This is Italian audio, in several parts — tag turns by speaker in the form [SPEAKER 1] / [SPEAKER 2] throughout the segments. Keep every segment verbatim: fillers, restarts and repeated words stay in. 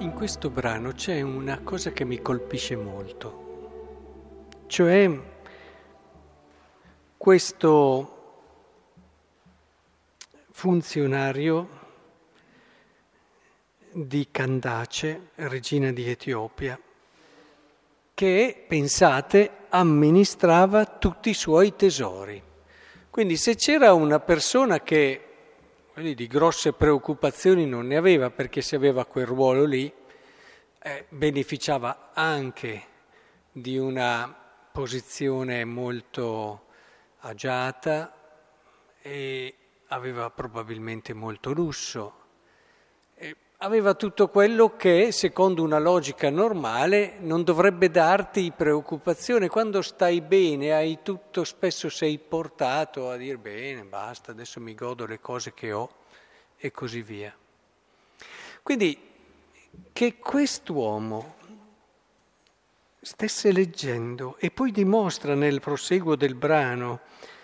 [SPEAKER 1] In questo brano c'è una cosa che mi colpisce molto, cioè questo funzionario di Candace, regina di Etiopia, che, pensate, amministrava tutti i suoi tesori. Quindi se c'era una persona che quelli di grosse preoccupazioni non ne aveva, perché se aveva quel ruolo lì, eh, beneficiava anche di una posizione molto agiata e aveva probabilmente molto lusso. E aveva tutto quello che, secondo una logica normale, non dovrebbe darti preoccupazione. Quando stai bene, hai tutto, spesso sei portato a dire bene, basta, adesso mi godo le cose che ho e così via. Quindi che quest'uomo stesse leggendo e poi dimostra nel proseguo del brano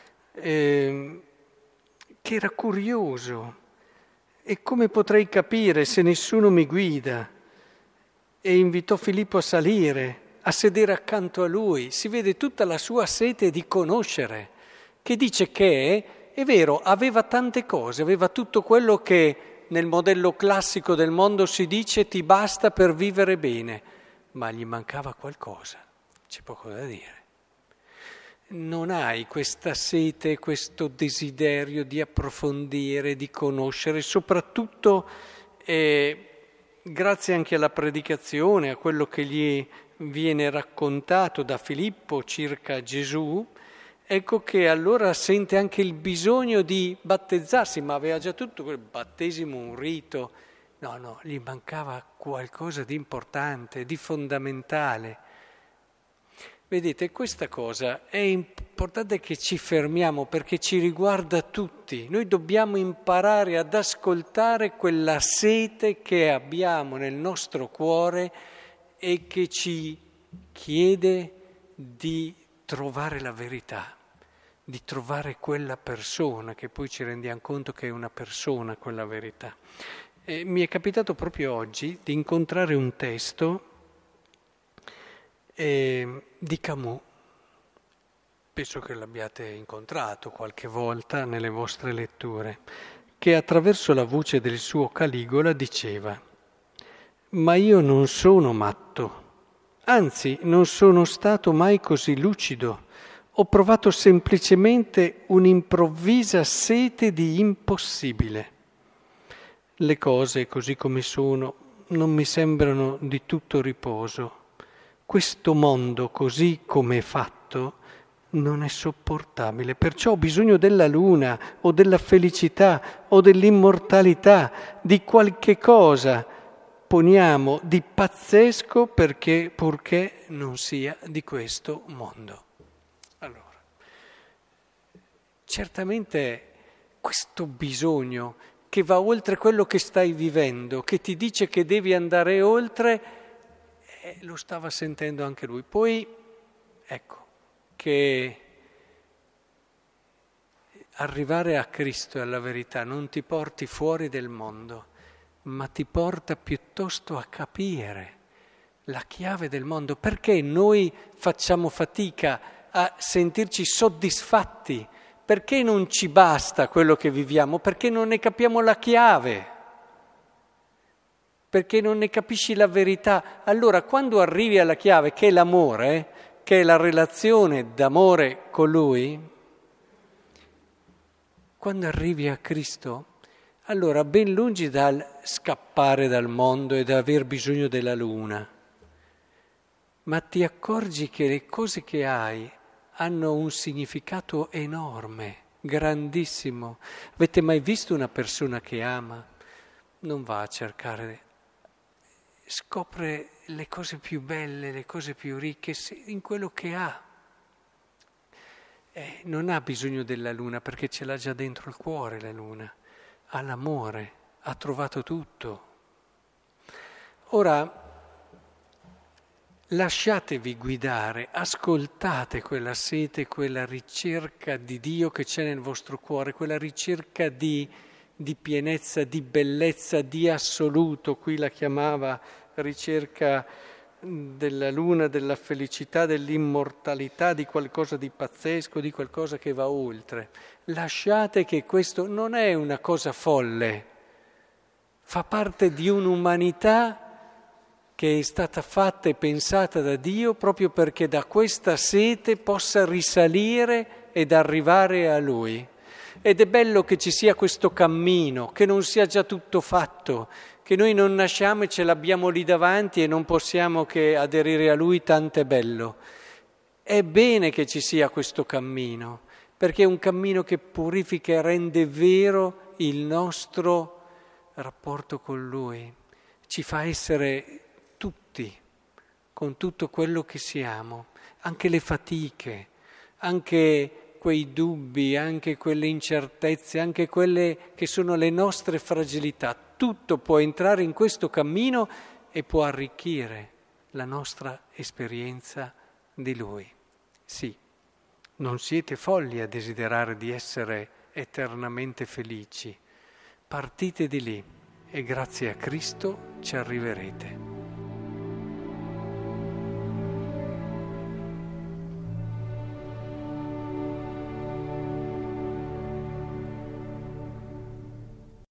[SPEAKER 1] eh, che era curioso. E come potrei capire se nessuno mi guida? E invitò Filippo a salire, a sedere accanto a lui. Si vede tutta la sua sete di conoscere, che dice che, è vero, aveva tante cose, aveva tutto quello che nel modello classico del mondo si dice ti basta per vivere bene, ma gli mancava qualcosa, c'è poco da dire. Non hai questa sete, questo desiderio di approfondire, di conoscere, soprattutto eh, grazie anche alla predicazione, a quello che gli viene raccontato da Filippo circa Gesù, ecco che allora sente anche il bisogno di battezzarsi, ma aveva già tutto quel battesimo, un rito. No, no, gli mancava qualcosa di importante, di fondamentale. Vedete, questa cosa è importante che ci fermiamo perché ci riguarda tutti. Noi dobbiamo imparare ad ascoltare quella sete che abbiamo nel nostro cuore e che ci chiede di trovare la verità, di trovare quella persona, che poi ci rendiamo conto che è una persona quella verità. E mi è capitato proprio oggi di incontrare un testo Eh, di Camus, penso che l'abbiate incontrato qualche volta nelle vostre letture, che attraverso la voce del suo Caligola diceva: ma io non sono matto, anzi non sono stato mai così lucido, ho provato semplicemente un'improvvisa sete di impossibile. Le cose così come sono non mi sembrano di tutto riposo. Questo mondo così come è fatto non è sopportabile, perciò ho bisogno della luna o della felicità o dell'immortalità, di qualche cosa, poniamo, di pazzesco perché, purché non sia di questo mondo. Allora, certamente questo bisogno che va oltre quello che stai vivendo, che ti dice che devi andare oltre, Eh, lo stava sentendo anche lui. Poi, ecco, che arrivare a Cristo e alla verità non ti porti fuori del mondo, ma ti porta piuttosto a capire la chiave del mondo. Perché noi facciamo fatica a sentirci soddisfatti? Perché non ci basta quello che viviamo? Perché non ne capiamo la chiave? Perché non ne capisci la verità. Allora, quando arrivi alla chiave, che è l'amore, che è la relazione d'amore con Lui, quando arrivi a Cristo, allora ben lungi dal scappare dal mondo e da aver bisogno della luna, ma ti accorgi che le cose che hai hanno un significato enorme, grandissimo. Avete mai visto una persona che ama? Non va a cercare, scopre le cose più belle, le cose più ricche in quello che ha. Eh, non ha bisogno della luna perché ce l'ha già dentro il cuore la luna, ha l'amore, ha trovato tutto. Ora, lasciatevi guidare, ascoltate quella sete, quella ricerca di Dio che c'è nel vostro cuore, quella ricerca di, di pienezza, di bellezza, di assoluto, qui la chiamava ricerca della luna, della felicità, dell'immortalità, di qualcosa di pazzesco, di qualcosa che va oltre. Lasciate che questo non è una cosa folle, fa parte di un'umanità che è stata fatta e pensata da Dio proprio perché da questa sete possa risalire ed arrivare a Lui. Ed è bello che ci sia questo cammino, che non sia già tutto fatto, che noi non nasciamo e ce l'abbiamo lì davanti e non possiamo che aderire a Lui, tanto è bello. È bene che ci sia questo cammino, perché è un cammino che purifica e rende vero il nostro rapporto con Lui, ci fa essere tutti, con tutto quello che siamo, anche le fatiche, anche quei dubbi, anche quelle incertezze, anche quelle che sono le nostre fragilità. Tutto può entrare in questo cammino e può arricchire la nostra esperienza di Lui. Sì, non siete folli a desiderare di essere eternamente felici. Partite di lì e grazie a Cristo ci arriverete.